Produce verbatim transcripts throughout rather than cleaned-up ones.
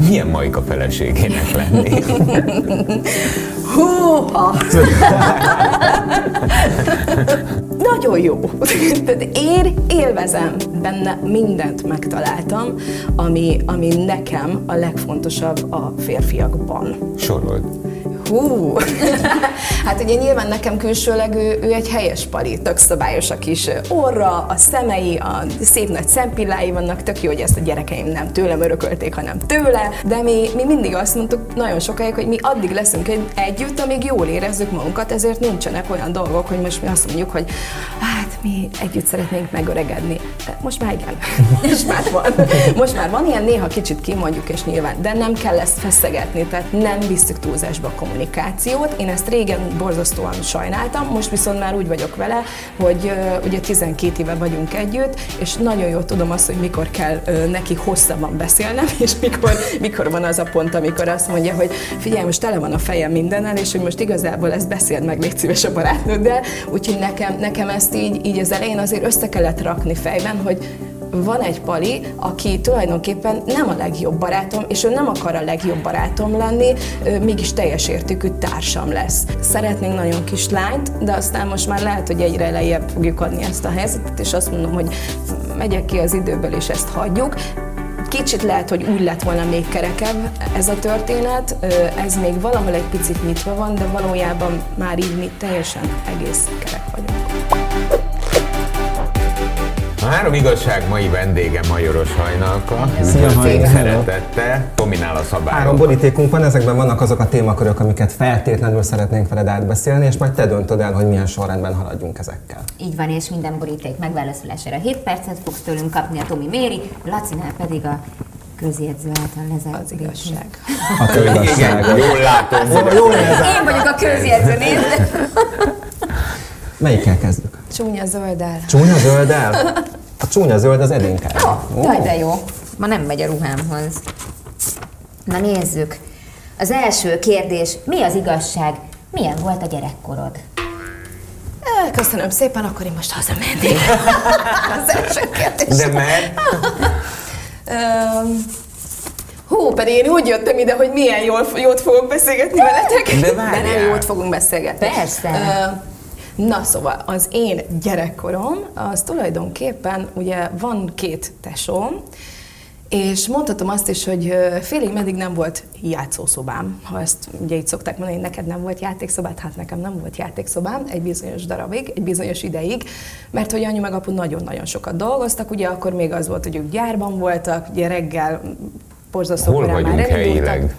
milyen Majka feleségének lenni? Húha! Nagyon jó. Tehát én élvezem benne, mindent megtaláltam, ami, ami nekem a legfontosabb a férfiakban. Sorold. Hú! Hát ugye nyilván nekem külsőleg ő, ő egy helyes pali, tök szabályos a kis orra, a szemei, a szép nagy szempillái vannak, tök jó, hogy ezt a gyerekeim nem tőlem örökölték, hanem tőle, de mi, mi mindig azt mondtuk nagyon sokáig, hogy mi addig leszünk egy, együtt, amíg jól érezzük magunkat, ezért nincsenek olyan dolgok, hogy most mi azt mondjuk, hogy hát mi együtt szeretnénk megöregedni. Most már igen. Most már van. Most már van ilyen, néha kicsit kimondjuk, és nyilván, de nem kell ezt feszegetni, tehát nem visszük túlzásba a kommunikációt. Én ezt régen borzasztóan sajnáltam, most viszont már úgy vagyok vele, hogy uh, ugye tizenkét éve vagyunk együtt, és nagyon jól tudom azt, hogy mikor kell uh, neki hosszabban beszélnem, és mikor, mikor van az a pont, amikor azt mondja, hogy figyelj, most tele van a fejem mindennel, és hogy most igazából ezt beszéld meg, légy szíves a barátnőddel, úgyhogy nekem, nekem ezt így, így az elején azért össze kellett rakni fejben, hogy van egy pali, aki tulajdonképpen nem a legjobb barátom, és ő nem akar a legjobb barátom lenni, mégis teljes értékű társam lesz. Szeretnénk nagyon kis lányt, de aztán most már lehet, hogy egyre lejjebb fogjuk adni ezt a helyzetet, és azt mondom, hogy megyek ki az időből, és ezt hagyjuk. Kicsit lehet, hogy úgy lett volna még kerekebb ez a történet, ez még valahol egy picit nyitva van, de valójában már így mi teljesen egész kerek vagyunk. A három igazság mai vendége Majoros Hajnalka. Szia, szeretettel, dominál a szabályok. Három borítékunk van, ezekben vannak azok a témakörök, amiket feltétlenül szeretnénk veled átbeszélni, és majd te döntöd el, hogy milyen sorrendben haladjunk ezekkel. Így van, és minden boríték megválaszolására hét percet fogsz tőlünk kapni, a Tomi méri, Lacinál pedig a közjegyző által lezert az igazság. A közigazság. Jól látom. Jól Én vagyok a közjegyző, nézd! Melyikkel kezdjük? Csúnya zölddel. Csúnya zölddel? A csúnya zöld az edénkel. Oh, jaj, de jó. Ma nem megy a ruhámhoz. Na nézzük. Az első kérdés, mi az igazság? Milyen volt a gyerekkorod? Köszönöm szépen, akkor én most hazamennék. Az első kérdés. De mert? um, hú, pedig én úgy jöttem ide, hogy milyen jól, jót fogok beszélgetni veletek. De várjál. De nem jót fogunk beszélgetni. Persze. Uh, Na szóval, az én gyerekkorom, az tulajdonképpen, ugye van két tesóm, és mondhatom azt is, hogy félig meddig nem volt játszószobám. Ha ezt ugye így szokták mondani, hogy neked nem volt játékszobád, hát nekem nem volt játékszobám egy bizonyos darabig, egy bizonyos ideig, mert hogy anyu meg apu nagyon-nagyon sokat dolgoztak, ugye akkor még az volt, hogy ők gyárban voltak, ugye reggel borzasztó korán már elindultak.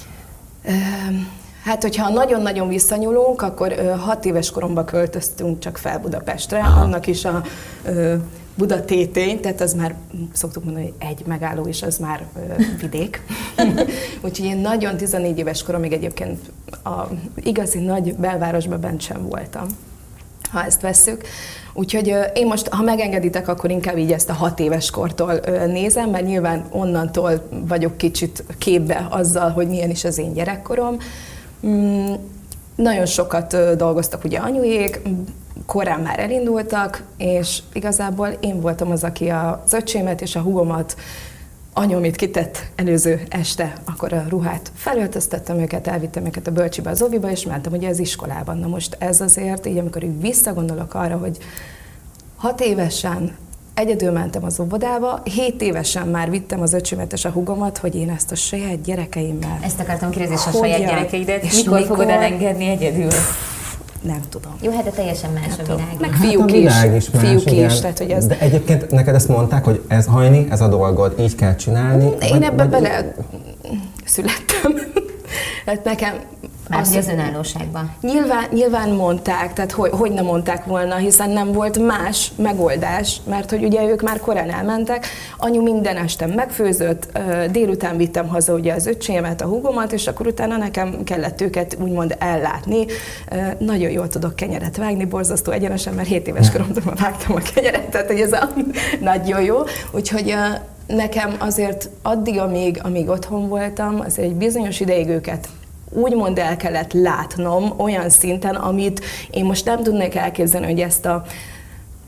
Hát, hogyha nagyon-nagyon visszanyúlunk, akkor ö, hat éves koromban költöztünk csak fel Budapestre, aha, annak is a ö, Buda tétény, tehát az már, szoktuk mondani, hogy egy megálló, és az már ö, vidék. Úgyhogy én nagyon tizennégy éves koromig egyébként a igazi nagy belvárosban bent sem voltam, ha ezt vesszük. Úgyhogy ö, én most, ha megengeditek, akkor inkább így ezt a hat éves kortól ö, nézem, mert nyilván onnantól vagyok kicsit képbe azzal, hogy milyen is az én gyerekkorom. Mm, nagyon sokat ö, dolgoztak ugye anyujék, korán már elindultak, és igazából én voltam az, aki az öcsémet és a húgomat, anyóm itt kitett előző este, akkor a ruhát felöltöztettem őket, elvittem őket a bölcsibe, az oviba, és mentem ugye az iskolában. Na most ez azért, így amikor így visszagondolok arra, hogy hat évesen egyedül mentem az óvodába, hét évesen már vittem az öcsémet és a húgomat, hogy én ezt a saját gyerekeimmel... Ezt akartam kérdezni, a saját gyerekeidet, és mikor, mikor fogod elengedni egyedül? Nem tudom. Jó, hát de teljesen más a világ. Meg Hát fiúk a világ is, is más, fiúk igen. is, tehát hogy ez... De egyébként neked ezt mondták, hogy ez hajni, ez a dolgod, így kell csinálni? Én vagy, ebbe vagy... bele születtem. Hát nekem... Már az, az önállóságban. Nyilván, nyilván mondták, tehát hogy, hogy nem mondták volna, hiszen nem volt más megoldás, mert hogy ugye ők már korán elmentek, anyu minden este megfőzött, délután vittem haza ugye az öcsémet, a húgomat, és akkor utána nekem kellett őket úgymond ellátni. Nagyon jól tudok kenyeret vágni, borzasztó egyenesen, mert hét éves koromtól már vágtam a kenyeret, tehát hogy ez a nagyon jó. Úgyhogy nekem azért addig, amíg, amíg otthon voltam, azért egy bizonyos ideig őket úgymond el kellett látnom olyan szinten, amit én most nem tudnék elképzelni, hogy ezt a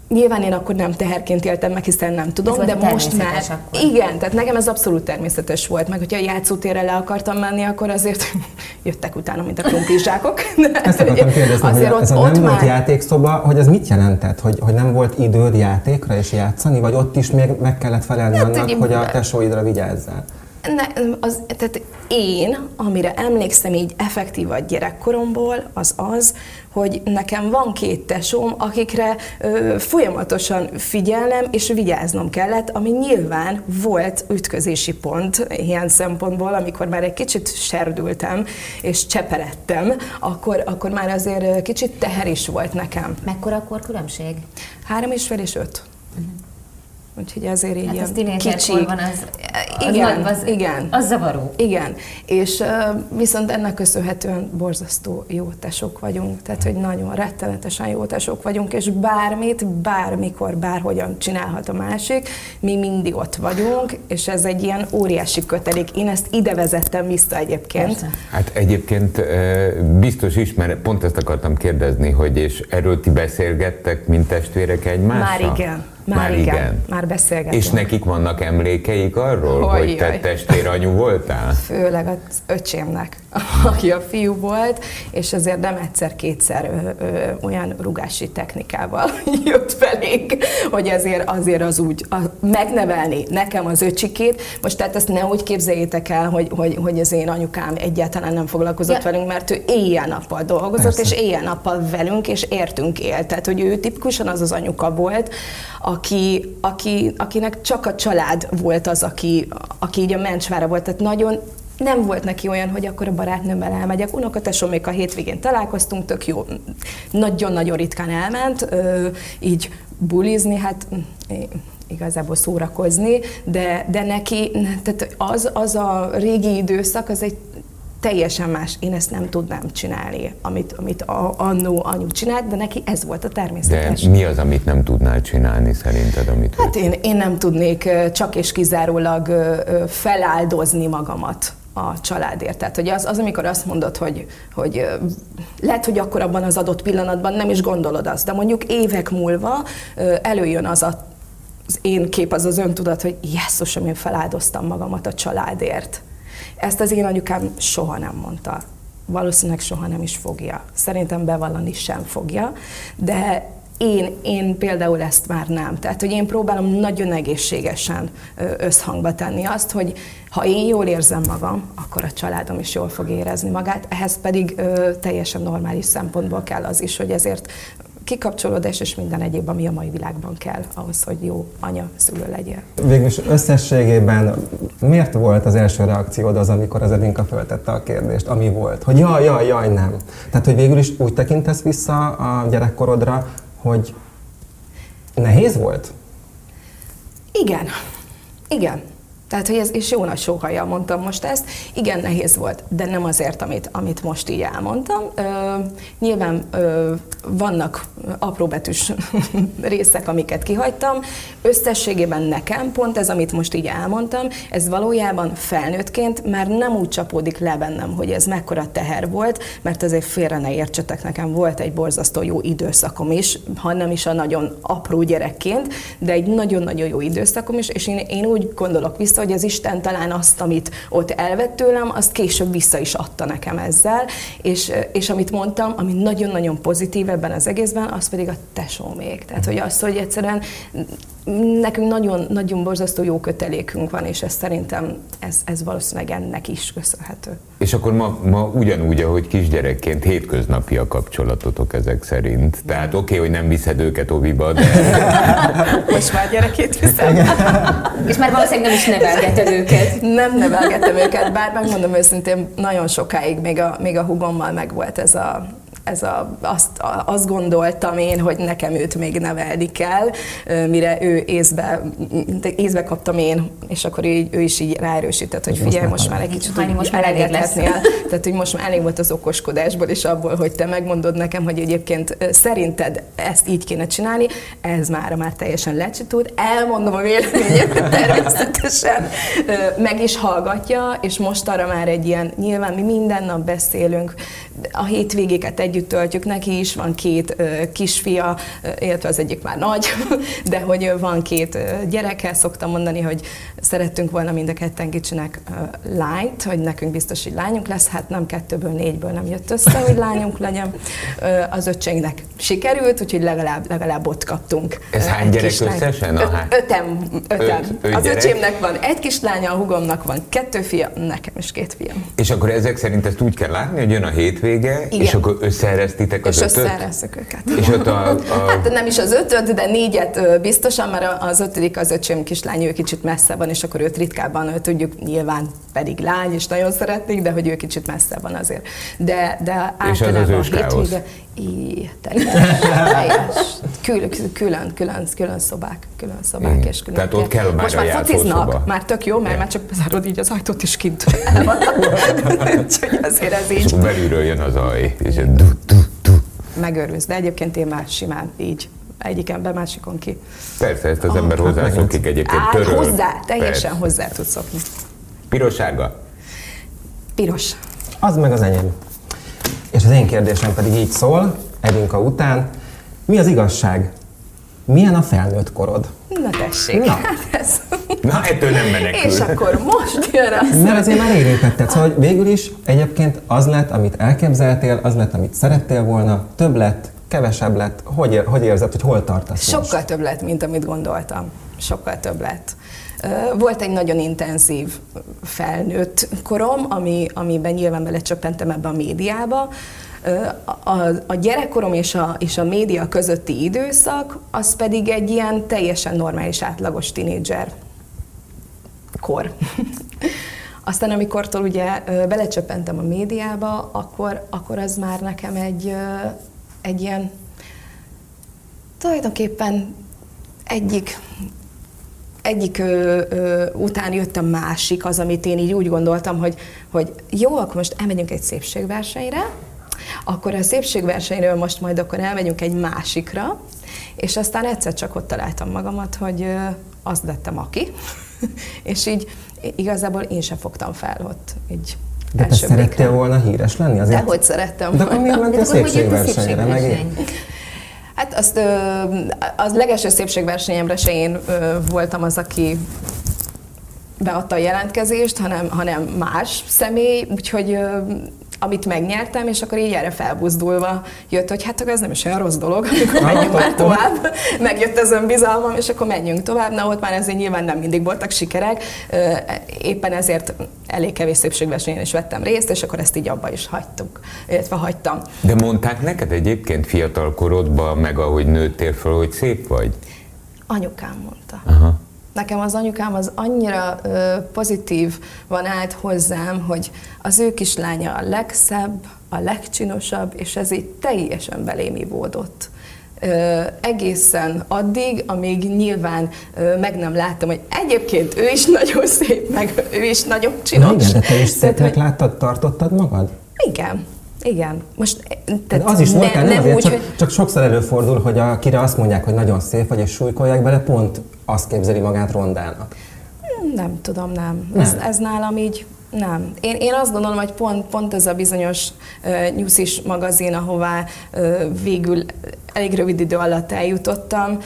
Nyilván én akkor nem teherként éltem meg, hiszen nem tudom, de most már... Akkor. Igen, tehát nekem ez abszolút természetes volt, meg hogyha a játszótérre le akartam menni, akkor azért jöttek utána, mint a krumplizsákok. Ezt akartam kérdezni, azért hogy ez a nem már... volt játékszoba, hogy ez mit jelentett? Hogy, hogy nem volt időd játékra és játszani, vagy ott is még meg kellett felelni hát, annak, hogy a tesóidra vigyázzál? Ne, az, tehát én, amire emlékszem így effektív a gyerekkoromból, az az, hogy nekem van két tesóm, akikre ö, folyamatosan figyelnem és vigyáznom kellett, ami nyilván volt ütközési pont ilyen szempontból, amikor már egy kicsit serdültem és cseperedtem, akkor, akkor már azért kicsit teher is volt nekem. Mekkora akkor különbség? Három és fél és öt. Uh-huh. Úgyhogy azért így hát ilyen kicsik. Van az, az igen, nagy, az, igen. Az zavaró. Igen, és uh, viszont ennek köszönhetően borzasztó jó tesók vagyunk, tehát hogy nagyon rettenetesen jó tesók vagyunk, és bármit, bármikor, bárhogyan csinálhat a másik, mi mindig ott vagyunk, és ez egy ilyen óriási kötelék. Én ezt ide vezettem vissza egyébként. Persze. Hát egyébként biztos is, mert pont ezt akartam kérdezni, hogy és erről ti beszélgettek, mint testvérek egymással? Már igen. Már, már igen, igen, már beszélgetünk. És nekik vannak emlékeik arról, Hogy hogy te testvéranyu voltál? Főleg az öcsémnek, aki a fiú volt, és azért nem egyszer-kétszer ö, ö, olyan rugási technikával jött felénk, hogy ezért azért az úgy a, megnevelni nekem az öcsikét. Most tehát ezt ne úgy képzeljétek el, hogy, hogy, hogy az én anyukám egyáltalán nem foglalkozott ja. velünk, mert ő éjjel-nappal dolgozott, Persze. és éjjel-nappal velünk, és értünk élt. Tehát, hogy ő tipikusan az az anyuka volt, Aki, aki, akinek csak a család volt az, aki, aki így a mencsvára volt. Tehát nagyon nem volt neki olyan, hogy akkor a barátnőmmel elmegyek. Unokatesóm, még a hétvégén találkoztunk, tök jó, nagyon-nagyon ritkán elment, így bulizni, hát igazából szórakozni, de, de neki, tehát az, az a régi időszak, az egy teljesen más. Én ezt nem tudnám csinálni, amit, amit a, annó anyu csinált, de neki ez volt a természetes. De mi az, amit nem tudnál csinálni szerinted? Amit hát én, én nem tudnék csak és kizárólag feláldozni magamat a családért. Tehát hogy az, az, amikor azt mondod, hogy, hogy lehet, hogy akkor abban az adott pillanatban nem is gondolod azt, de mondjuk évek múlva előjön az a az én kép, az az öntudat, hogy jesszusom, én feláldoztam magamat a családért. Ezt az én anyukám soha nem mondta. Valószínűleg soha nem is fogja. Szerintem bevallani sem fogja, de én, én például ezt már nem. Tehát, hogy én próbálom nagyon egészségesen összhangba tenni azt, hogy ha én jól érzem magam, akkor a családom is jól fog érezni magát. Ehhez pedig ö, teljesen normális szempontból kell az is, hogy ezért kikapcsolódás és minden egyéb, ami a mai világban kell ahhoz, hogy jó anya, szülő legyél. Végülis összességében miért volt az első reakciód az, amikor az Edinka föltette a kérdést, ami volt? Hogy jaj, jaj, jaj, nem. Tehát, hogy végül is úgy tekintesz vissza a gyerekkorodra, hogy nehéz volt? Igen. Igen. Tehát, hogy ez, és jó nagy sóhajjal mondtam most ezt, igen, nehéz volt, de nem azért, amit, amit most így elmondtam. Ö, nyilván ö, vannak apróbetűs részek, amiket kihagytam. Összességében nekem pont ez, amit most így elmondtam, ez valójában felnőttként már nem úgy csapódik le bennem, hogy ez mekkora teher volt, mert azért félre ne értsetek, nekem volt egy borzasztó jó időszakom is, ha nem is a nagyon apró gyerekként, de egy nagyon-nagyon jó időszakom is, és én, én úgy gondolok vissza, hogy az Isten talán azt, amit ott elvett tőlem, azt később vissza is adta nekem ezzel, és, és amit mondtam, ami nagyon-nagyon pozitív ebben az egészben, az pedig a tesómék. Tehát, hogy az, hogy egyszerűen nekünk nagyon, nagyon borzasztó jó kötelékünk van, és ez szerintem ez, ez valószínűleg ennek is köszönhető. És akkor ma, ma ugyanúgy, ahogy kisgyerekként hétköznapi a kapcsolatotok ezek szerint. Tehát oké, okay, hogy nem viszed őket óviba, de... Most már gyerekét viszem. És már valószínűleg nem is nevelgeted őket. Nem nevelgetem őket, bár megmondom őszintén, nagyon sokáig még a, még a hugommal megvolt ez a Ez a, azt, azt gondoltam én, hogy nekem őt még nevelni kell, mire ő észbe, észbe kaptam én, és akkor ő, ő is így ráerősített, hogy figyelj, most már egy kicsit most már elengedhetnél. Tehát, hogy most már elég volt az okoskodásból, és abból, hogy te megmondod nekem, hogy egyébként szerinted ezt így kéne csinálni, ez már már teljesen lecsitult. Elmondom a véleményemet természetesen, meg is hallgatja, és most arra már egy ilyen, nyilván mi minden nap beszélünk, a hétvégéket együtt együtt töltjük, neki is van két ö, kisfia, ö, illetve az egyik már nagy, de hogy ö, van két ö, gyereke, szoktam mondani, hogy szerettünk volna mind a ketten kicsinek ö, lányt, hogy nekünk biztos, hogy lányunk lesz, hát nem kettőből, négyből nem jött össze, hogy lányunk legyen. Ö, az öccsénknek sikerült, úgyhogy legalább, legalább ott kaptunk. Ez ö, hány gyerek összesen? Ö, ötem, ötem. Öt, öt az gyerek? öcsémnek van egy kislánya, a hugomnak van kettő fia, nekem is két fiam. És akkor ezek szerint ezt úgy kell látni, hogy jön a hétvége, Igen. és akkor összeeresztitek az És ötöt? összeeresztük őket. És ott a, a... Hát nem is az ötöt, de négyet ö, biztosan, mert az ötödik az öcsém kislány, ő kicsit messze van, és akkor őt ritkábban ő tudjuk, nyilván pedig lány, és nagyon szeretnék, de hogy ő kicsit messze van azért. De, de és az az őskáosz. Így, teljes. Külön, külön, külön, külön szobák, külön szobák Igen. és külön. Tehát ott kell már most a már fociznak, játszószoba. már tök jó, mert Igen. már csak bezárod így az ajtót is kint. Úgyhogy azért ez És így. akkor belülről jön az aj, és du, du, du. Megőrülsz, de egyébként én már simán így. Egyik ember, másikon ki. Persze, ezt az ember hozzászokik egyébként, Á, töröl. hozzá, teljesen Persze. hozzá tudsz szokni. Piros-sárga? Piros. Az meg az enyém. És az én kérdésem pedig így szól, Edinka után. Mi az igazság? Milyen a felnőtt korod? Na tessék, Na. hát ez. Na, ettől nem menekül. És akkor most jön az. Mert azért már érintetted, szóval hogy végül is egyébként az lett, amit elképzeltél, az lett, amit szerettél volna, több lett, kevesebb lett. Hogy, ér, hogy érzed, hogy hol tartasz most? Sokkal több lett, mint amit gondoltam. Sokkal több lett. Volt egy nagyon intenzív felnőtt korom, ami, amiben nyilván belecsöppentem ebbe a médiába. A, a, a gyerekkorom és a, és a média közötti időszak, az pedig egy ilyen teljesen normális, átlagos tinédzser kor. Aztán amikortól ugye belecsöppentem a médiába, akkor, akkor az már nekem egy, egy ilyen tulajdonképpen egyik egyik ö, ö, után jött a másik, az, amit én így úgy gondoltam, hogy, hogy jó, akkor most elmegyünk egy szépségversenyre, akkor a szépségversenyről most majd akkor elmegyünk egy másikra, és aztán egyszer csak ott találtam magamat, hogy ö, az lettem aki, és így igazából én sem fogtam fel ott így. De te szerettél volna híres lenni? Azért? Dehogy szerettem De akkor miért mentél szépségversenyre? Meg én? Hát azt, az legelső szépségversenyemre se én voltam az, aki beadta a jelentkezést, hanem, hanem más személy, úgyhogy amit megnyertem, és akkor így erre felbuzdulva jött, hogy hát ez nem is olyan rossz dolog, amikor menjünk már tovább. Megjött az önbizalmam, és akkor menjünk tovább. Na ott már ezért nyilván nem mindig voltak sikerek, éppen ezért elég kevés szépségversenyen is vettem részt, és akkor ezt így abba is hagytuk, illetve hagytam. De mondták neked egyébként fiatal korodban, meg ahogy nőttél fel, hogy szép vagy? Anyukám mondta. Aha. Nekem az anyukám az annyira ö, pozitív van állt hozzám, hogy az ő kislánya a legszebb, a legcsinosabb, és ez így teljesen belém ivódott. Ö, egészen addig, amíg nyilván ö, meg nem láttam, hogy egyébként ő is nagyon szép, meg ő is nagyon csinos. Na igen, de te is Tehát, szépnek hogy- láttad, tartottad magad? Igen, igen. Most De az is voltál, nem, nem azért, úgy, csak, hogy... csak sokszor előfordul, hogy akire azt mondják, hogy nagyon szép vagy, és súlykolják bele, pont azt képzeli magát rondának. Nem tudom, nem. Nem. Ez, ez nálam így nem. Én, én azt gondolom, hogy pont, pont ez a bizonyos uh, Newsis magazin, ahová uh, végül elég rövid idő alatt eljutottam,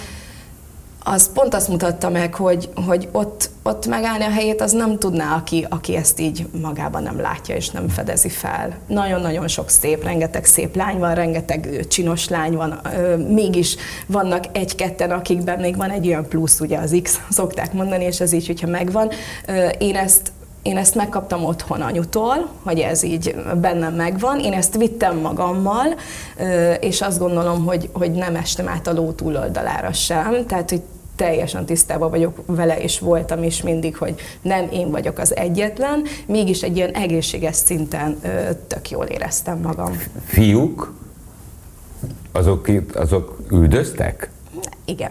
az pont azt mutatta meg, hogy, hogy ott, ott megállni a helyét, az nem tudná, aki, aki ezt így magában nem látja és nem fedezi fel. Nagyon-nagyon sok szép, rengeteg szép lány van, rengeteg csinos lány van, mégis vannak egy-ketten, akikben még van egy olyan plusz, ugye az X, szokták mondani, és ez így, hogyha megvan. Én ezt Én ezt megkaptam otthon anyutól, hogy ez így bennem megvan. Én ezt vittem magammal, és azt gondolom, hogy, hogy nem estem át a ló túloldalára sem. Tehát, hogy teljesen tisztában vagyok vele, és voltam is mindig, hogy nem én vagyok az egyetlen, mégis egy ilyen egészséges szinten tök jól éreztem magam. Fiúk, azok, azok üldöztek? Igen.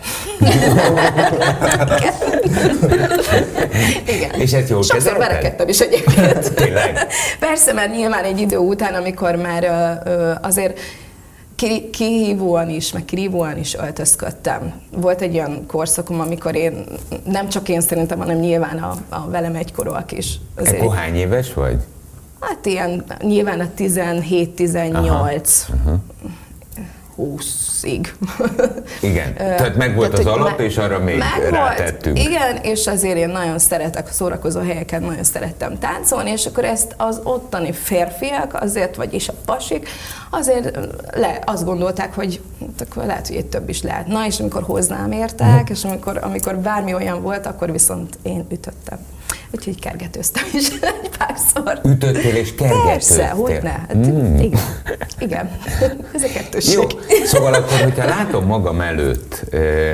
Igen. És ezt jól Sokszor kezelted? verekedtem is egyébként. Tényleg? Persze, mert nyilván egy idő után, amikor már ö, ö, azért ki- kihívóan is, meg kirívóan is öltözködtem. Volt egy olyan korszakom, amikor én, nem csak én szerintem, hanem nyilván a, a velem egykorúak is. Azért Ekkor hány éves vagy? Hát ilyen nyilván a tizenhét-tizennyolc húszig. Igen, tehát meg volt az alap, és arra még rátettünk. Igen, és azért én nagyon szeretek a szórakozó helyeken, nagyon szerettem táncolni, és akkor ezt az ottani férfiak azért, vagyis a pasik, azért le, azt gondolták, hogy akkor lehet, hogy egy több is lehet. Na, és amikor hozzám értek, és amikor, amikor bármi olyan volt, akkor viszont én ütöttem. Úgyhogy kergetőztem is egy párszor. Ütöttél és kergetőztél? Persze, hogy ne. Hát, mm. Igen, igen. Ez a kettőség. Jó, szóval akkor, hogyha látom magam előtt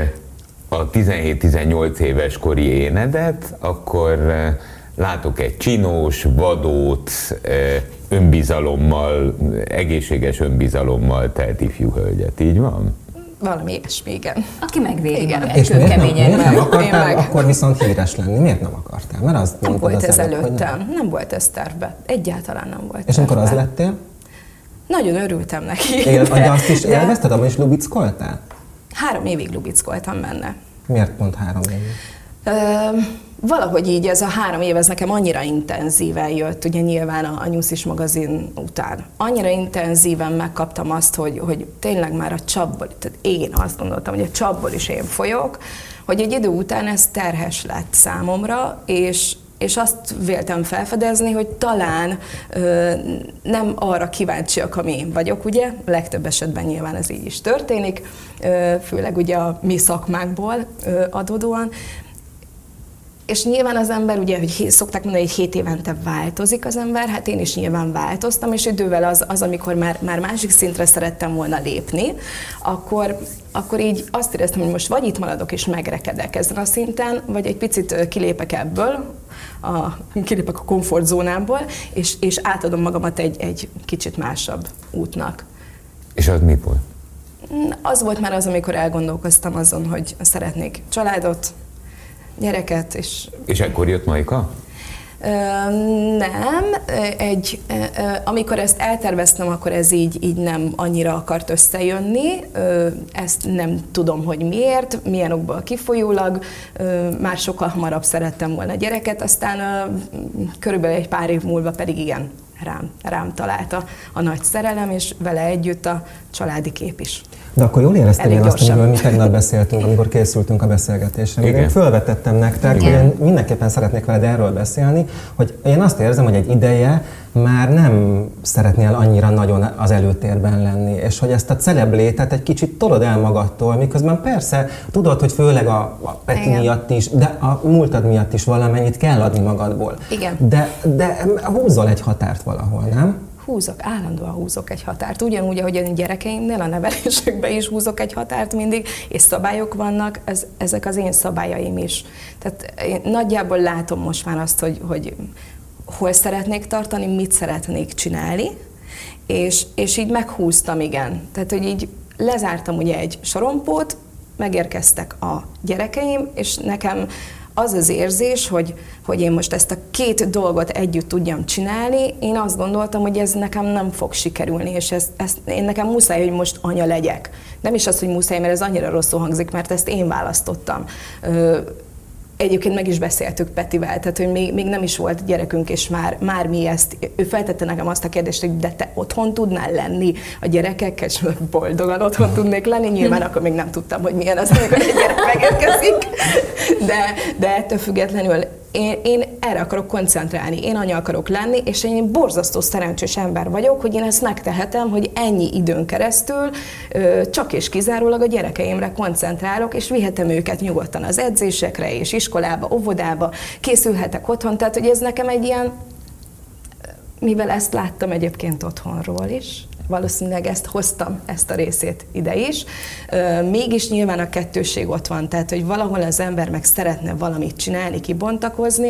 a tizenhét-tizennyolc éves kori énedet, akkor látok egy csinós, vadóc, önbizalommal, egészséges önbizalommal telt ifjú hölgyet. Így van? Valami ilyesmi, igen. Aki megvédi magát, és miért nem, keményen. miért nem akartál meg... akkor viszont híres lenni? Miért nem akartál? Mert azt nem volt ez előbb, előttem, nem. nem volt ez tervben. Egyáltalán nem volt. És amikor az tervben. lettél? Nagyon örültem neki. Él, de azt is élvezted, abban is lubickoltál? Három évig lubickoltam benne. Miért pont három évig? Ö, valahogy így ez a három év, ez nekem annyira intenzíven jött, ugye nyilván a, a Nyuszis magazin után. Annyira intenzíven megkaptam azt, hogy, hogy tényleg már a csapból, tehát én azt gondoltam, hogy a csapból is én folyok, hogy egy idő után ez terhes lett számomra, és és azt véltem felfedezni, hogy talán ö, nem arra kíváncsiak, ami én vagyok, ugye, legtöbb esetben nyilván ez így is történik, ö, főleg ugye a mi szakmákból ö, adódóan, és nyilván az ember, ugye, hogy szokták mondani, hogy hét évente változik az ember, hát én is nyilván változtam, és idővel az, az amikor már, már másik szintre szerettem volna lépni, akkor, akkor így azt éreztem, hogy most vagy itt maradok és megrekedek ezen a szinten, vagy egy picit kilépek ebből, a, kilépek a komfortzónából, és, és átadom magamat egy, egy kicsit másabb útnak. És az mi volt? Az volt már az, amikor elgondolkoztam azon, hogy szeretnék családot, gyereket, és... És ekkor jött Majka? Ö, nem, egy, amikor ezt elterveztem, akkor ez így, így nem annyira akart összejönni, ezt nem tudom, hogy miért, milyen okból kifolyólag, már sokkal hamarabb szerettem volna gyereket, aztán körülbelül egy pár év múlva pedig igen, rám, rám találta a nagy szerelem, és vele együtt a családi kép is. De akkor jól éreztem én azt, amiről mi tegnap beszéltünk, amikor készültünk a beszélgetésre. Még én fölvetettem nektek, igen, hogy én mindenképpen szeretnék veled erről beszélni, hogy én azt érzem, hogy egy ideje már nem szeretnél annyira nagyon az előtérben lenni, és hogy ezt a celeb létet egy kicsit tolod el magadtól, miközben persze tudod, hogy főleg a, a Peti miatt is, de a múltad miatt is valamennyit kell adni magadból. Igen. De, de húzzal egy határt valahol, nem? Húzok, állandóan húzok egy határt. Ugyanúgy, ahogy a gyerekeimnél, a nevelésekben is húzok egy határt mindig, és szabályok vannak, ez, ezek az én szabályaim is. Tehát én nagyjából látom most már azt, hogy, hogy hol szeretnék tartani, mit szeretnék csinálni, és, és így meghúztam, igen. Tehát, hogy így lezártam ugye egy sorompót, megérkeztek a gyerekeim, és nekem az az érzés, hogy, hogy én most ezt a két dolgot együtt tudjam csinálni, én azt gondoltam, hogy ez nekem nem fog sikerülni, és ezt, ezt, én nekem muszáj, hogy most anya legyek. Nem is az, hogy muszáj, mert ez annyira rosszul hangzik, mert ezt én választottam. Ö, Egyébként meg is beszéltük Petivel, tehát hogy még, még nem is volt gyerekünk, és már, már mi ezt, ő feltette nekem azt a kérdést, hogy de te otthon tudnál lenni a gyerekekkel, és boldogan otthon tudnék lenni, nyilván akkor még nem tudtam, hogy milyen az, amikor egy gyerek megérkezik, de, de ettől függetlenül én, én erre akarok koncentrálni, én anya akarok lenni, és én borzasztó szerencsés ember vagyok, hogy én ezt megtehetem, hogy ennyi időn keresztül ö, csak és kizárólag a gyerekeimre koncentrálok, és vihetem őket nyugodtan az edzésekre, és iskolába, óvodába, készülhetek otthon, tehát hogy ez nekem egy ilyen, mivel ezt láttam egyébként otthonról is, valószínűleg ezt hoztam, ezt a részét ide is. Mégis nyilván a kettősség ott van, tehát hogy valahol az ember meg szeretne valamit csinálni, kibontakozni.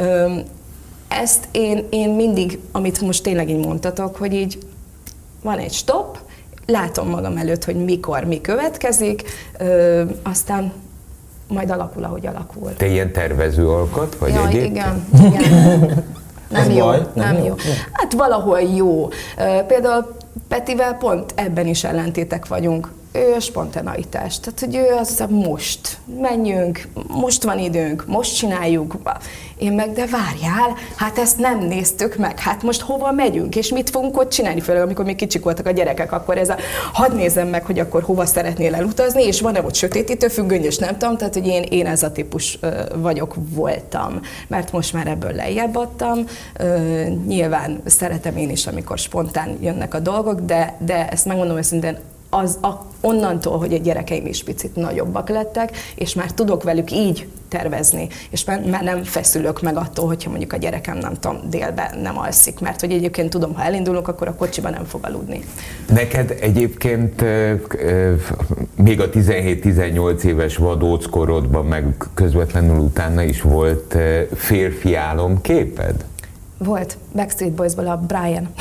Ezt én, én mindig, amit most tényleg így mondtatok, hogy így van egy stop, látom magam előtt, hogy mikor mi következik, aztán majd alakul, ahogy alakul. Te ilyen tervező alkat vagy Jaj, egyébként? igen, igen. Nem jó, baj, nem, nem jó. jó. Hát valahol jó. Például Petivel pont ebben is ellentétek vagyunk. ő a spontaneitás. Tehát, hogy ő az a most, menjünk, most van időnk, most csináljuk. Én meg, de várjál, hát ezt nem néztük meg, hát most hova megyünk, és mit fogunk ott csinálni, főleg amikor még kicsik voltak a gyerekek, akkor ez a, hadd nézzem meg, hogy akkor hova szeretnél elutazni, és van-e ott sötétítő függöny, és nem tudom, tehát, hogy én, én ez a típus vagyok, voltam, mert most már ebből lejjebb adtam. Nyilván szeretem én is, amikor spontán jönnek a dolgok, de, de ezt megmondom őszintén, az a, onnantól, hogy a gyerekeim is picit nagyobbak lettek, és már tudok velük így tervezni, és már, már nem feszülök meg attól, hogyha mondjuk a gyerekem, nem tudom, délben nem alszik, mert hogy egyébként tudom, ha elindulunk, akkor a kocsiban nem fog aludni. Neked egyébként még a tizenhét-tizennyolc éves vadóc korodban, meg közvetlenül utána is volt férfi álomképed? Volt. Backstreet Boysból a Brian.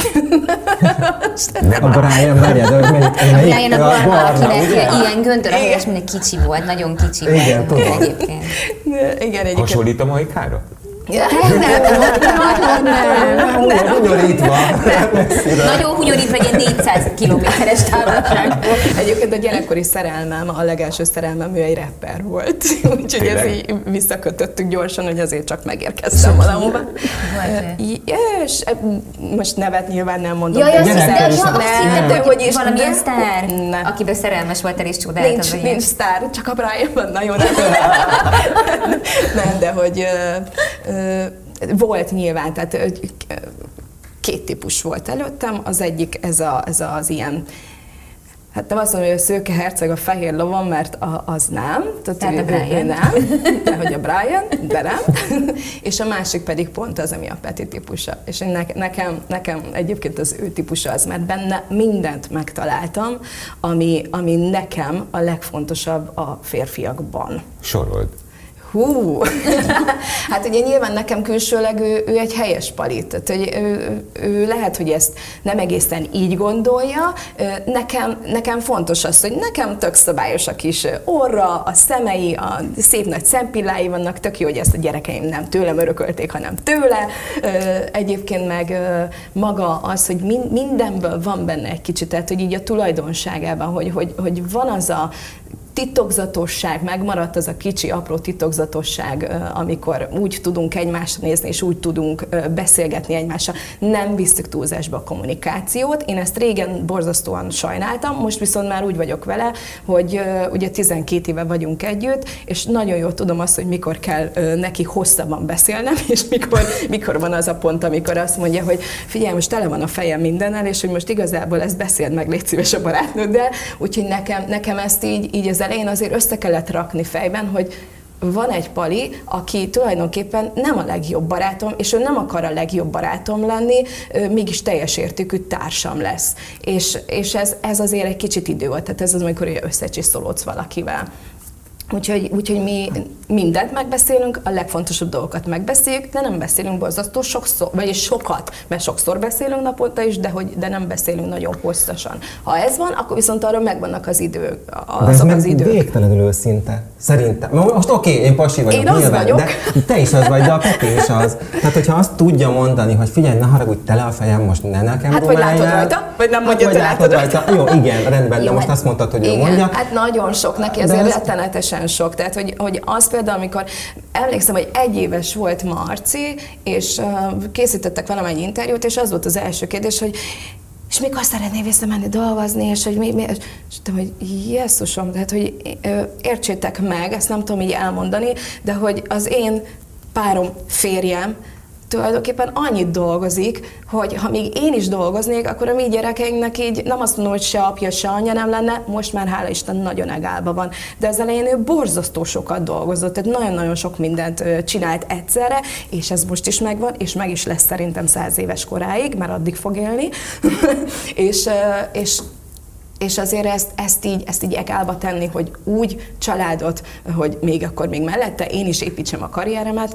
A Brian, várjál, de hogy melyik? A Brian a barna, akinek ilyen göndörös, mindig kicsi volt, nagyon kicsi volt. Igen, tudom. Egyébként. Igen, egyébként. Hasonlít a Majkára? Hunyorítva. Nagyon hunyorítva, egy négyszáz kilométeres távolság. Egyébként a gyerekkori szerelmem, a legelső szerelmem, ő egy rapper volt. Úgyhogy ez így visszakötöttük gyorsan, hogy azért csak megérkeztem valahova. És most nevet nyilván nem mondom. Jaj, azt hiszem, de hogy is valamilyen sztár, akiben szerelmes voltál és csodáltad. Nincs, nincs sztár, csak a Brian van, nagyon nem. Nem, de hogy volt nyilván, tehát két típus volt előttem, az egyik ez, a, ez az ilyen, hát nem azt mondom, hogy a szőke herceg a fehér lovon, mert a, az nem, tehát, tehát ő, a Brian. ő nem, de hogy a Brian, de nem, és a másik pedig pont az, ami a Peti típusa, és ne, nekem, nekem egyébként az ő típusa az, mert benne mindent megtaláltam, ami, ami nekem a legfontosabb a férfiakban. Sorold. Hú! Hát ugye nyilván nekem külsőleg ő, ő egy helyes pali, tehát hogy ő, ő lehet, hogy ezt nem egészen így gondolja. Nekem, nekem fontos az, hogy nekem tök szabályos a kis orra, a szemei, a szép nagy szempillái vannak, tök jó, hogy ezt a gyerekeim nem tőlem örökölték, hanem tőle. Egyébként meg maga az, hogy mindenből van benne egy kicsit, tehát hogy így a tulajdonságában, hogy, hogy, hogy van az a titokzatosság, megmaradt az a kicsi, apró titokzatosság, amikor úgy tudunk egymásra nézni, és úgy tudunk beszélgetni egymással. Nem visszük túlzásba a kommunikációt. Én ezt régen borzasztóan sajnáltam, most viszont már úgy vagyok vele, hogy ugye tizenkét éve vagyunk együtt, és nagyon jól tudom azt, hogy mikor kell neki hosszabban beszélnem, és mikor, mikor van az a pont, amikor azt mondja, hogy figyelj, most tele van a fejem mindennel, és hogy most igazából ezt beszéld meg, légy szíves a barátnőddel, úgyhogy nekem, nekem ezt így, így az elején azért össze kellett rakni fejben, hogy van egy pali, aki tulajdonképpen nem a legjobb barátom, és ő nem akar a legjobb barátom lenni, mégis teljes értékű társam lesz. És, és ez, ez azért egy kicsit idő volt, tehát ez az, amikor összecsiszolódsz valakivel. Úgyhogy, úgyhogy mi mindent megbeszélünk, a legfontosabb dolgokat megbeszéljük, de nem beszélünk borzasztó sokszor, vagyis sokat, mert sokszor beszélünk naponta is, de, hogy, de nem beszélünk nagyon hosszasan. Ha ez van, akkor viszont arra megvannak az idők. Azok de ez meg az idők. végtelenül őszinte. Szerintem. Most oké, okay, én pasi vagyok, én az nyilván, vagyok. De te is az vagy, de a Peti is az. Tehát, hogyha azt tudja mondani, hogy figyelj, ne haragudj, tele a fejem, most ne nekem hát vagy látod rajta, vagy nem mondja, hát, hogy látod rajta. rajta. Jó, igen, rendben, Jó, de most hát, azt mondtad, hogy ő igen, mondja. Hát nagyon sok, neki de azért ez... rettenetesen sok. Tehát, hogy, hogy az például, amikor emlékszem, hogy egy éves volt Marci, és uh, készítettek valamennyi interjút, és az volt az első kérdés, hogy és mikor szeretnél visszamenni dolgozni, és hogy mi, mi és tudom, hogy Jesszusom, tehát, hogy értsétek meg, ezt nem tudom így elmondani, de hogy az én párom, férjem tulajdonképpen annyit dolgozik, hogy ha még én is dolgoznék, akkor a mi gyerekeinknek így nem azt mondom, hogy se apja, se anyja nem lenne, most már hála Isten nagyon egálba van. De az elején ő borzasztó sokat dolgozott, tehát nagyon-nagyon sok mindent csinált egyszerre, és ez most is megvan, és meg is lesz szerintem száz éves koráig, mert addig fog élni. és, és És azért ezt, ezt, így, ezt így egálba tenni, hogy úgy családot, hogy még akkor még mellette én is építsem a karrieremet,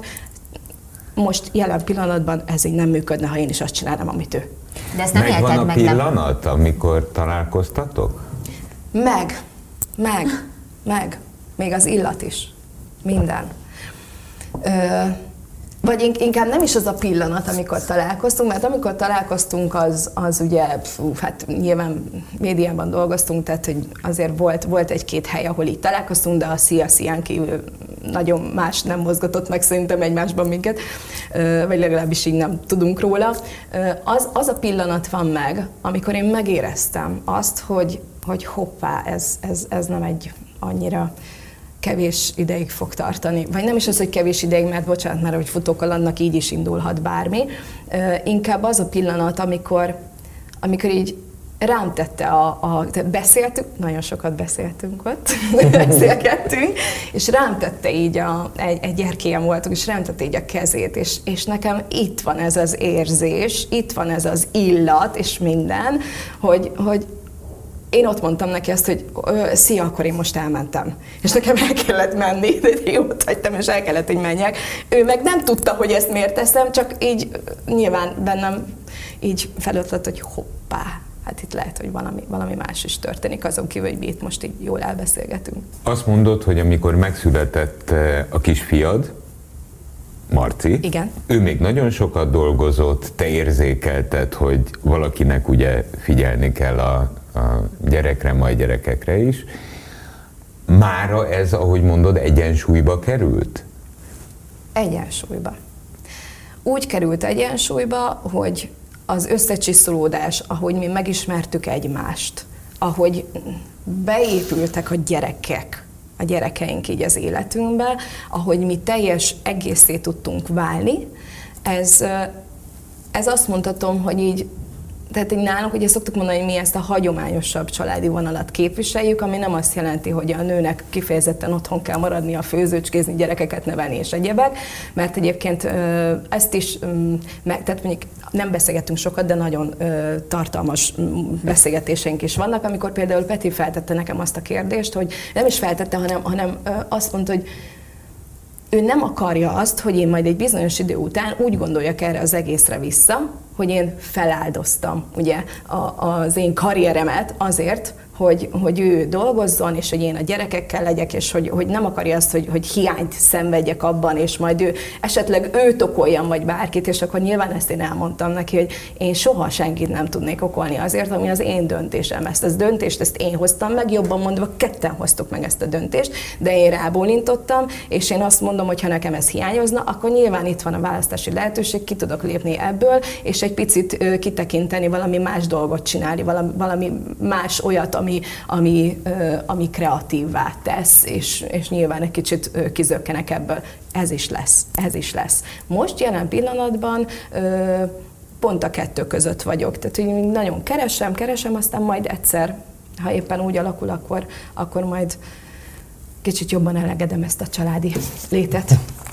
most jelen pillanatban ez így nem működne, ha én is azt csinálnám, amit ő. De ezt nem Megvan élted a meg, pillanat, nem? Amikor találkoztatok? Meg, meg, meg. Még az illat is. Minden. Ö, Vagy inkább nem is az a pillanat, amikor találkoztunk, mert amikor találkoztunk, az, az ugye, fú, hát nyilván médiában dolgoztunk, tehát hogy azért volt, volt egy-két hely, ahol így találkoztunk, de a szia-szián kívül nagyon más nem mozgatott meg szerintem egymásban minket, vagy legalábbis így nem tudunk róla. Az, az a pillanat van meg, amikor én megéreztem azt, hogy, hogy hoppá, ez, ez, ez nem egy annyira kevés ideig fog tartani. Vagy nem is az, hogy kevés ideig, mert bocsánat, mert hogy futókalandnak így is indulhat bármi. Inkább az a pillanat, amikor, amikor így rám tette a, a... Beszéltünk, nagyon sokat beszéltünk ott, beszélgettünk, és rám tette így, a, egy, egy gyerkélyem voltunk, és rám tette így a kezét, és, és nekem itt van ez az érzés, itt van ez az illat, és minden, hogy, hogy én ott mondtam neki azt, hogy szia, akkor én most elmentem. És nekem el kellett menni, de én ott hagytam, és el kellett, hogy menjek. Ő meg nem tudta, hogy ezt miért teszem, csak így nyilván bennem így felötlött, hogy hoppá, hát itt lehet, hogy valami, valami más is történik, azon kívül, hogy mi itt most így jól elbeszélgetünk. Azt mondod, hogy amikor megszületett a kisfiad, Marci, igen. Ő még nagyon sokat dolgozott, te érzékelted, hogy valakinek ugye figyelni kell a, a gyerekre, majd gyerekekre is. Mára ez, ahogy mondod, egyensúlyba került? Egyensúlyba. Úgy került egyensúlyba, hogy az összecsiszolódás, ahogy mi megismertük egymást, ahogy beépültek a gyerekek, a gyerekeink így az életünkbe, ahogy mi teljes egészé tudtunk válni, ez, ez azt mondhatom, hogy így, tehát így nálunk ugye szoktuk mondani, hogy mi ezt a hagyományosabb családi vonalat képviseljük, ami nem azt jelenti, hogy a nőnek kifejezetten otthon kell maradni, a főzőcskézni, gyerekeket nevelni és egyebek, mert egyébként ezt is, meg, tehát mondjuk nem beszélgettünk sokat, de nagyon tartalmas beszélgetéseink is vannak, amikor például Peti feltette nekem azt a kérdést, hogy nem is feltette, hanem, hanem azt mondta, hogy ő nem akarja azt, hogy én majd egy bizonyos idő után úgy gondoljak erre az egészre vissza, hogy én feláldoztam ugye, a, az én karrieremet azért, hogy, hogy ő dolgozzon, és hogy én a gyerekekkel legyek, és hogy, hogy nem akarja azt, hogy, hogy hiányt szenvedjek abban, és majd ő esetleg őt okoljam, vagy bárkit, és akkor nyilván ezt én elmondtam neki, hogy én soha senkit nem tudnék okolni azért, ami az én döntésem. Ezt a döntést ezt én hoztam meg, jobban mondva ketten hoztuk meg ezt a döntést, de én rábólintottam, és én azt mondom, hogy ha nekem ez hiányozna, akkor nyilván itt van a választási lehetőség, ki tudok lépni ebből, és egy picit kitekinteni, valami más dolgot csinálni, valami, valami más olyat, ami, ami, ami kreatívvá tesz, és, és nyilván egy kicsit kizökkenek ebből. Ez is lesz, ez is lesz. Most jelen pillanatban pont a kettő között vagyok, tehát hogy nagyon keresem, keresem, aztán majd egyszer, ha éppen úgy alakul, akkor, akkor majd kicsit jobban elegedem ezt a családi létet.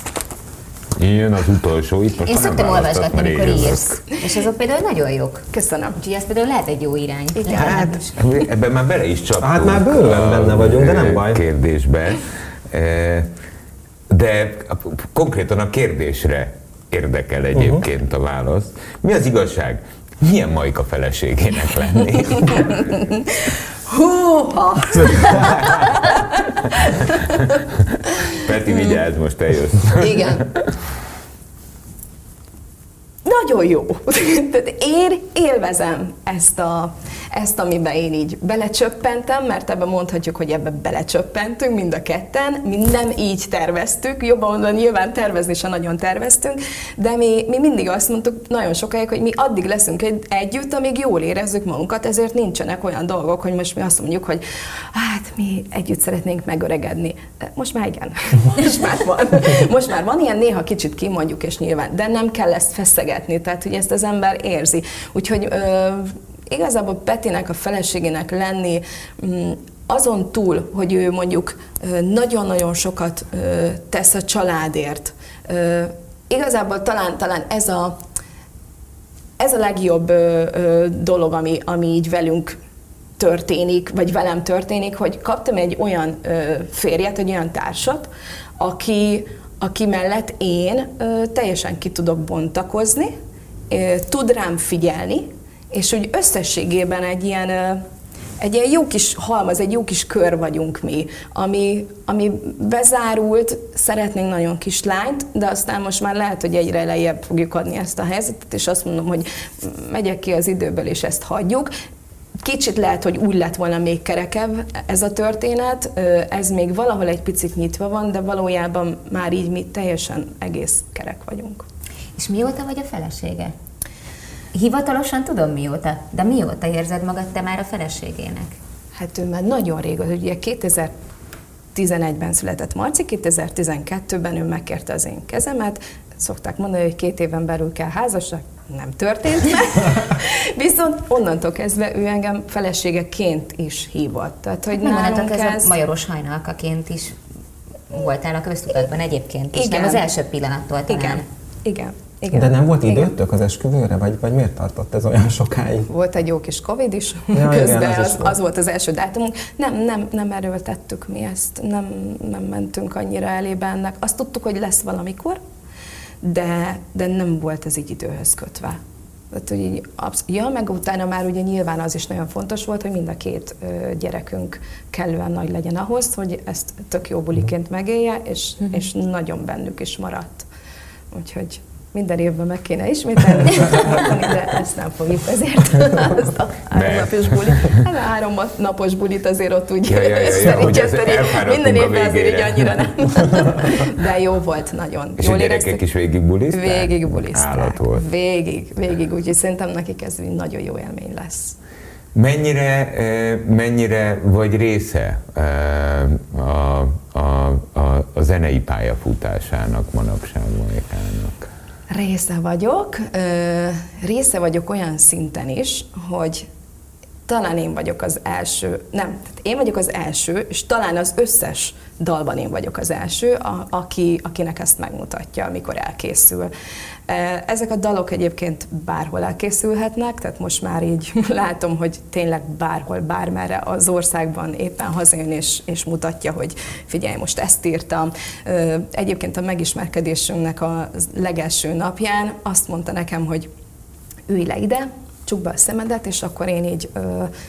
Jön az utolsó, itt most Én szoktam olvasgatni, amikor írsz, és azok például nagyon jók. Köszönöm. Úgyhogy ez például lehet egy jó irány. Hát, ebben már bele is csaptunk. Hát már bőven benne vagyunk, de nem baj. Kérdésbe. De konkrétan a kérdésre érdekel egyébként a válasz. Mi az igazság? Milyen Majka feleségének lenni? Húha! Peti, vigyázz, most eljössz. Igen. Nagyon jó. Tehát én élvezem ezt, a, ezt, amiben én így belecsöppentem, mert ebben mondhatjuk, hogy ebbe belecsöppentünk mind a ketten, mi nem így terveztük, jobban mondva nyilván tervezni sem nagyon terveztünk, de mi, mi mindig azt mondtuk nagyon sokáig, hogy mi addig leszünk egy, együtt, amíg jól érezzük magunkat, ezért nincsenek olyan dolgok, hogy most mi azt mondjuk, hogy hát mi együtt szeretnénk megöregedni. Most már igen, most már van. Most már van ilyen, néha kicsit kimondjuk, és nyilván, de nem kell ezt feszegetni, tehát hogy ezt az ember érzi. Úgyhogy ö, igazából Petinek, a feleségének lenni, azon túl, hogy ő mondjuk nagyon-nagyon sokat tesz a családért, igazából talán, talán ez a, ez a legjobb dolog, ami, ami így velünk történik, vagy velem történik, hogy kaptam egy olyan férjet, egy olyan társat, aki, aki mellett én teljesen ki tudok bontakozni, tud rám figyelni, és úgy összességében egy ilyen, egy ilyen jó kis halmaz, egy jó kis kör vagyunk mi, ami, ami bezárult, szeretnénk nagyon kis lányt, de aztán most már lehet, hogy egyre lejjebb fogjuk adni ezt a helyzetet, és azt mondom, hogy megyek ki az időből, és ezt hagyjuk. Kicsit lehet, hogy úgy lett volna még kerekebb ez a történet, ez még valahol egy picit nyitva van, de valójában már így mi teljesen egész kerek vagyunk. És mióta vagy a felesége? Hivatalosan tudom mióta, de mióta érzed magad te már a feleségének? Hát ő már nagyon régóta, ugye kétezer-tizenegyben született Marci, kétezer-tizenkettőben ő megkérte az én kezemet, szokták mondani, hogy két éven belül kell házasság, nem történt meg. Viszont onnantól kezdve ő engem feleségeként is hívott. Tehát, hogy nálunk ez... ez... Majoros hajnalkaként is voltál a köztudatban egyébként, és igen. nem az első pillanattól talán. Igen, igen. Igen. De nem volt időtök igen. az esküvőre, vagy, vagy miért tartott ez olyan sokáig? Volt egy jó kis Covid is, ja, közben igen, az, az, az volt az első dátumunk. Nem, nem, nem erőltettük mi ezt, nem, nem mentünk annyira elébe ennek. Azt tudtuk, hogy lesz valamikor, de, de nem volt ez így időhöz kötve. Tehát, hogy így, ja, meg utána már ugye nyilván az is nagyon fontos volt, hogy mind a két ö, gyerekünk kellően nagy legyen ahhoz, hogy ezt tök jó buliként megélje, és, mm-hmm. és nagyon bennük is maradt. Úgyhogy minden évben meg kéne ismételni, de ezt nem fogjuk ezért. Azt a három napos bulit. Hát a három napos bulit azért ott úgy ja, ja, ja, ja, minden évben azért így annyira nem. De jó volt nagyon. És a gyerekek is végig bulizták? Végig bulizták. Állat volt. Végig, végig. Úgyhogy szerintem nekik ez nagyon jó élmény lesz. Mennyire, mennyire vagy része a, a, a, a zenei pályafutásának manapság Majkának? Része vagyok. Része vagyok olyan szinten is, hogy talán én vagyok az első, nem, tehát én vagyok az első, és talán az összes dalban én vagyok az első, a, aki, akinek ezt megmutatja, amikor elkészül. Ezek a dalok egyébként bárhol elkészülhetnek, tehát most már így látom, hogy tényleg bárhol, bármerre az országban éppen hazajön és, és mutatja, hogy figyelj, most ezt írtam. Egyébként a megismerkedésünknek a legelső napján azt mondta nekem, hogy ülj le ide, csukd be a szemedet, és akkor én így ö,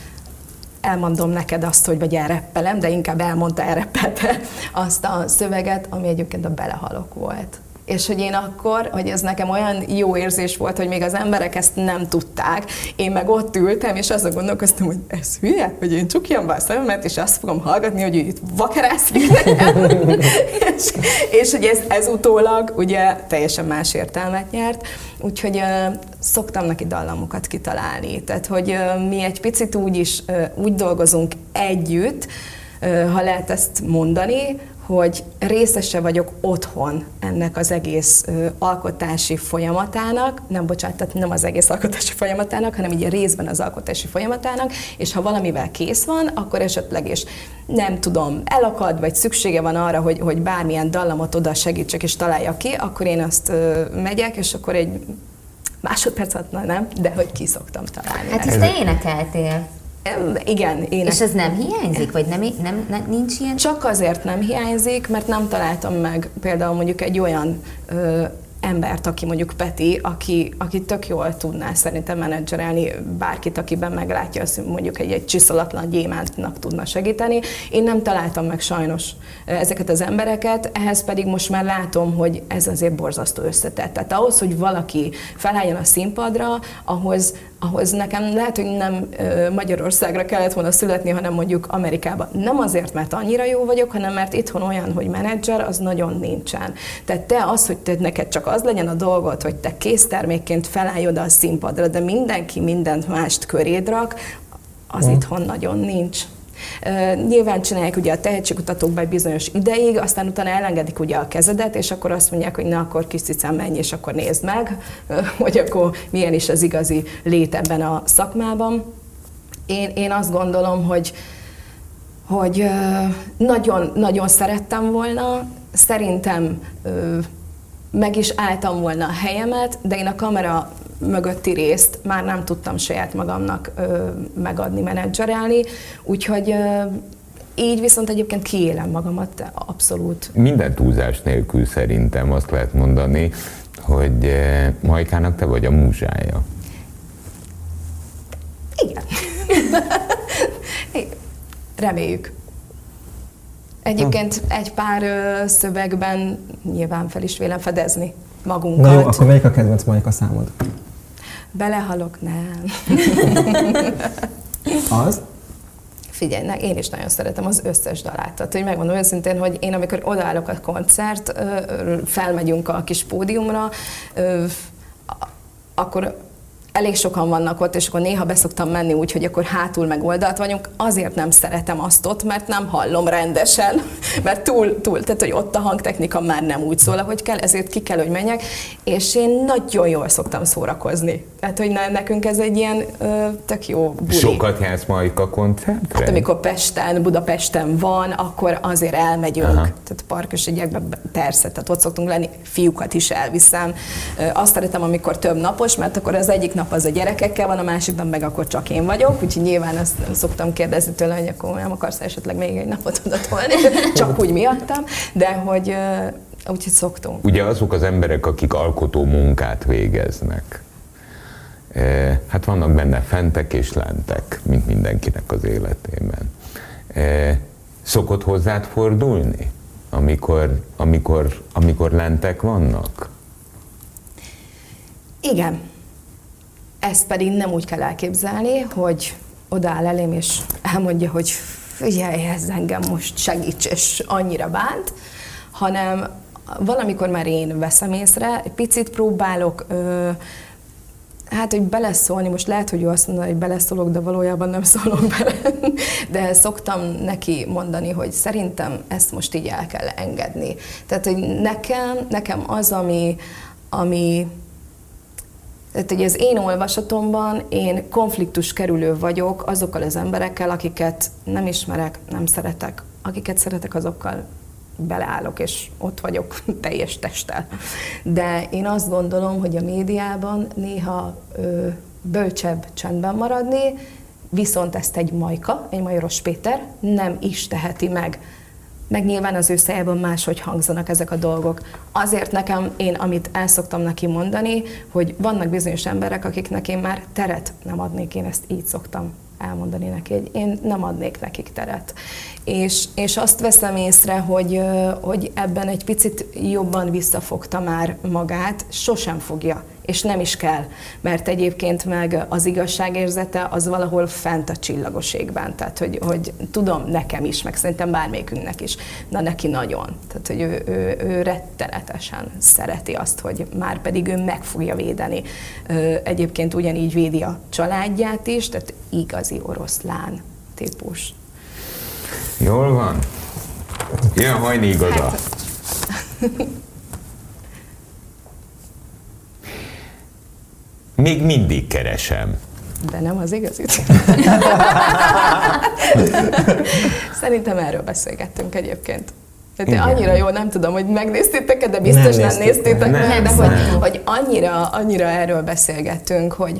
elmondom neked azt, hogy vagy elreppelem, de inkább elmondta, elreppelte azt a szöveget, ami egyébként a Belehalok volt. És hogy én akkor, hogy ez nekem olyan jó érzés volt, hogy még az emberek ezt nem tudták, én meg ott ültem, és azon gondolkoztam, hogy ez hülye, hogy én csukjam be a szememet, és azt fogom hallgatni, hogy itt vakarászik nekem. és, és hogy ez, ez utólag ugye teljesen más értelmet nyert, úgyhogy uh, szoktam neki dallamokat kitalálni. Tehát, hogy uh, mi egy picit úgy is, uh, úgy dolgozunk együtt, uh, ha lehet ezt mondani, hogy részese vagyok otthon ennek az egész ö, alkotási folyamatának, nem bocsánat, tehát nem az egész alkotási folyamatának, hanem így részben az alkotási folyamatának, és ha valamivel kész van, akkor esetleg is nem tudom, elakad, vagy szüksége van arra, hogy, hogy bármilyen dallamot oda segítsek és találja ki, akkor én azt ö, megyek, és akkor egy másodperc alatt nem, de hogy ki szoktam találni. Hát hisz te énekeltél. Igen, ének. És ez nem hiányzik, vagy nem, nem, nem, nincs ilyen? Csak azért nem hiányzik, mert nem találtam meg például mondjuk egy olyan ö, embert, aki mondjuk Peti, aki, aki tök jól tudná szerintem menedzserelni bárkit, akiben meglátja, azt mondjuk egy, egy csiszolatlan gyémántnak tudna segíteni. Én nem találtam meg sajnos ezeket az embereket, ehhez pedig most már látom, hogy ez azért borzasztó összetett. Tehát ahhoz, hogy valaki felálljon a színpadra, ahhoz, ahhoz nekem lehet, hogy nem Magyarországra kellett volna születni, hanem mondjuk Amerikába. Nem azért, mert annyira jó vagyok, hanem mert itthon olyan, hogy menedzser, az nagyon nincsen. Tehát te az, hogy te neked csak az legyen a dolgod, hogy te késztermékként felállj oda a színpadra, de mindenki mindent mást köréd rak, az mm. itthon nagyon nincs. Uh, nyilván csinálják ugye a tehetségkutatók be bizonyos ideig, aztán utána elengedik ugye a kezedet, és akkor azt mondják, hogy na akkor kis cicám menj, és akkor nézd meg, uh, hogy akkor milyen is az igazi lét ebben a szakmában. Én, én azt gondolom, hogy hogy uh, nagyon, nagyon szerettem volna, szerintem uh, meg is álltam volna a helyemet, de én a kamera mögötti részt már nem tudtam saját magamnak ö, megadni, menedzserelni, úgyhogy ö, így viszont egyébként kiélem magamat abszolút. Minden túlzás nélkül szerintem azt lehet mondani, hogy Majkának te vagy a múzsája. Igen. Reméljük. Egyébként egy pár ö, szövegben nyilván fel is vélem fedezni magunkat. Na jó, akkor melyik a kedvenc Majka számod? Belehalok, nem. Az? Figyelj, én is nagyon szeretem az összes dalát. Tehát, hogy megmondom őszintén, hogy én amikor odaállok a koncert, felmegyünk a kis pódiumra, akkor elég sokan vannak ott, és akkor néha beszoktam menni úgy, hogy akkor hátul meg oldalt vagyunk. Azért nem szeretem azt ott, mert nem hallom rendesen, mert túl, túl, tehát hogy ott a hangtechnika már nem úgy szól, ahogy kell, ezért ki kell, hogy menjek, és én nagyon jól szoktam szórakozni. Tehát, hogy nekünk ez egy ilyen ö, tök jó buli. Sokat jársz Majka koncertre? Hát amikor Pesten, Budapesten van, akkor azért elmegyünk. Aha. Tehát parkos ügyekben persze, tehát ott szoktunk lenni, fiúkat is elviszem. Azt szeretem, amikor több napos, mert akkor az egyik nap az a gyerekekkel van, a másikban meg akkor csak én vagyok, úgyhogy nyilván azt szoktam kérdezni tőle, hogy akkor nem akarsz esetleg még egy napot oda tolni, csak úgy miattam, de hogy úgyhogy szoktunk. Ugye azok az emberek, akik alkotó munkát végeznek, hát vannak benne fentek és lentek, mint mindenkinek az életében. Szokott hozzád fordulni, amikor, amikor, amikor lentek vannak? Igen. Ezt pedig nem úgy kell elképzelni, hogy odaáll elém és elmondja, hogy figyelj, ez engem most segíts, és annyira bánt, hanem valamikor már én veszem észre, egy picit próbálok, ö, hát, hogy beleszólni, most lehet, hogy ő azt mondja, hogy beleszólok, de valójában nem szólok bele, de szoktam neki mondani, hogy szerintem ezt most így el kell engedni. Tehát, hogy nekem, nekem az, ami, ami Tehát, hogy az én olvasatomban én konfliktus kerülő vagyok azokkal az emberekkel, akiket nem ismerek, nem szeretek. Akiket szeretek, azokkal beleállok, és ott vagyok teljes testtel. De én azt gondolom, hogy a médiában néha ö, bölcsebb csendben maradni, viszont ezt egy Majka, egy Majoros Péter nem is teheti meg. Meg nyilván az ő szájában máshogy hangzanak ezek a dolgok. Azért nekem, én amit el szoktam neki mondani, hogy vannak bizonyos emberek, akiknek én már teret nem adnék, én ezt így szoktam elmondani neki, hogy én nem adnék nekik teret. És, és azt veszem észre, hogy, hogy ebben egy picit jobban visszafogta már magát, sosem fogja, és nem is kell, mert egyébként meg az igazságérzete az valahol fent a csillagos égben, tehát hogy, hogy tudom, nekem is, meg szerintem bármelyikünknek is, na neki nagyon, tehát hogy ő, ő, ő rettenetesen szereti azt, hogy már pedig ő meg fogja védeni. Egyébként ugyanígy védi a családját is, tehát igazi oroszlán típus. Jól van. Jön Hajni igaza. Hát. Még mindig keresem. De nem az igazit. Szerintem erről beszélgettünk egyébként. Tehát annyira jó, nem tudom, hogy megnéztétek-e, de biztos nem, nem néztétek meg, de nem. Hogy, hogy annyira, annyira erről beszélgettünk, hogy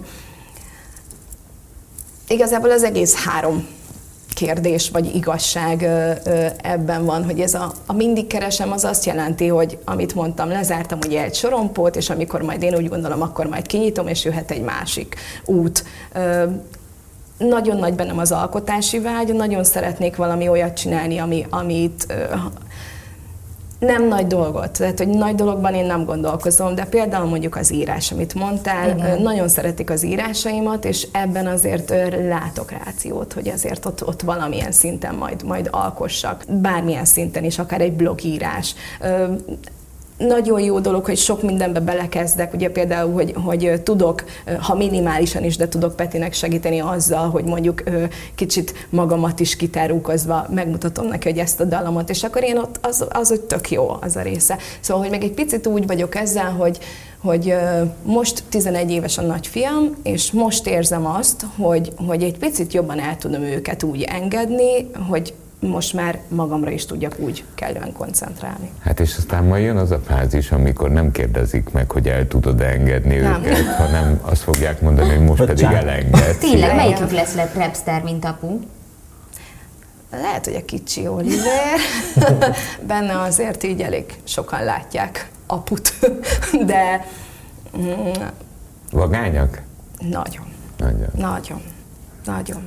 igazából az egész három kérdés vagy igazság ebben van, hogy ez a, a mindig keresem, az azt jelenti, hogy amit mondtam, lezártam ugye egy sorompót, és amikor majd én úgy gondolom, akkor majd kinyitom, és jöhet egy másik út. Nagyon nagy bennem az alkotási vágy, nagyon szeretnék valami olyat csinálni, ami, amit nem nagy dolgot, tehát hogy nagy dologban én nem gondolkozom, de például mondjuk az írás, amit mondtál, igen. Nagyon szeretik az írásaimat, és ebben azért látok rációt, hogy azért ott, ott valamilyen szinten majd, majd alkossak, bármilyen szinten is, akár egy blogírás. Nagyon jó dolog, hogy sok mindenbe belekezdek, ugye például, hogy, hogy tudok, ha minimálisan is, de tudok Petinek segíteni azzal, hogy mondjuk kicsit magamat is kitárulkozva megmutatom neki, hogy ezt a dallamot, és akkor én ott, az, az hogy tök jó az a része. Szóval, hogy meg egy picit úgy vagyok ezzel, hogy, hogy most tizenegy éves a nagyfiam, és most érzem azt, hogy, hogy egy picit jobban el tudom őket úgy engedni, hogy most már magamra is tudjak úgy kellően koncentrálni. Hát és aztán majd jön az a fázis, amikor nem kérdezik meg, hogy el tudod engedni nem. őket, hanem azt fogják mondani, hogy most pedig elengedsz. Tényleg, melyikük lesz rapstar, mint apu? Lehet, hogy a kicsi Oliver. Benne azért így elég sokan látják aput, de... Vagányak? Nagyon. Nagyon. Nagyon. Nagyon.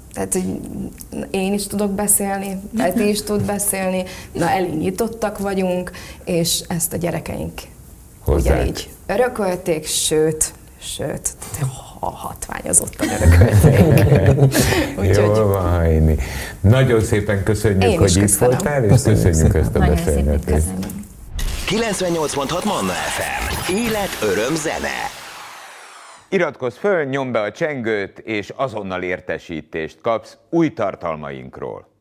Tehát, hogy én is tudok beszélni, Peti is tud beszélni, na elég nyitottak vagyunk, és ezt a gyerekeink Hozzák. ugyanígy örökölték, sőt, sőt, ha hatványozottan örökölték. Jól van, Haini. Nagyon szépen köszönjük, Én hogy is itt köszönöm. voltál, és Köszönjük köszönjük szépen. ezt a Nagyon szépen beszélgetést. köszönöm. kilencvennyolc pont hat Manna ef em. Élet, öröm, zene. Iratkozz föl, nyomd be a csengőt, és azonnal értesítést kapsz új tartalmainkról.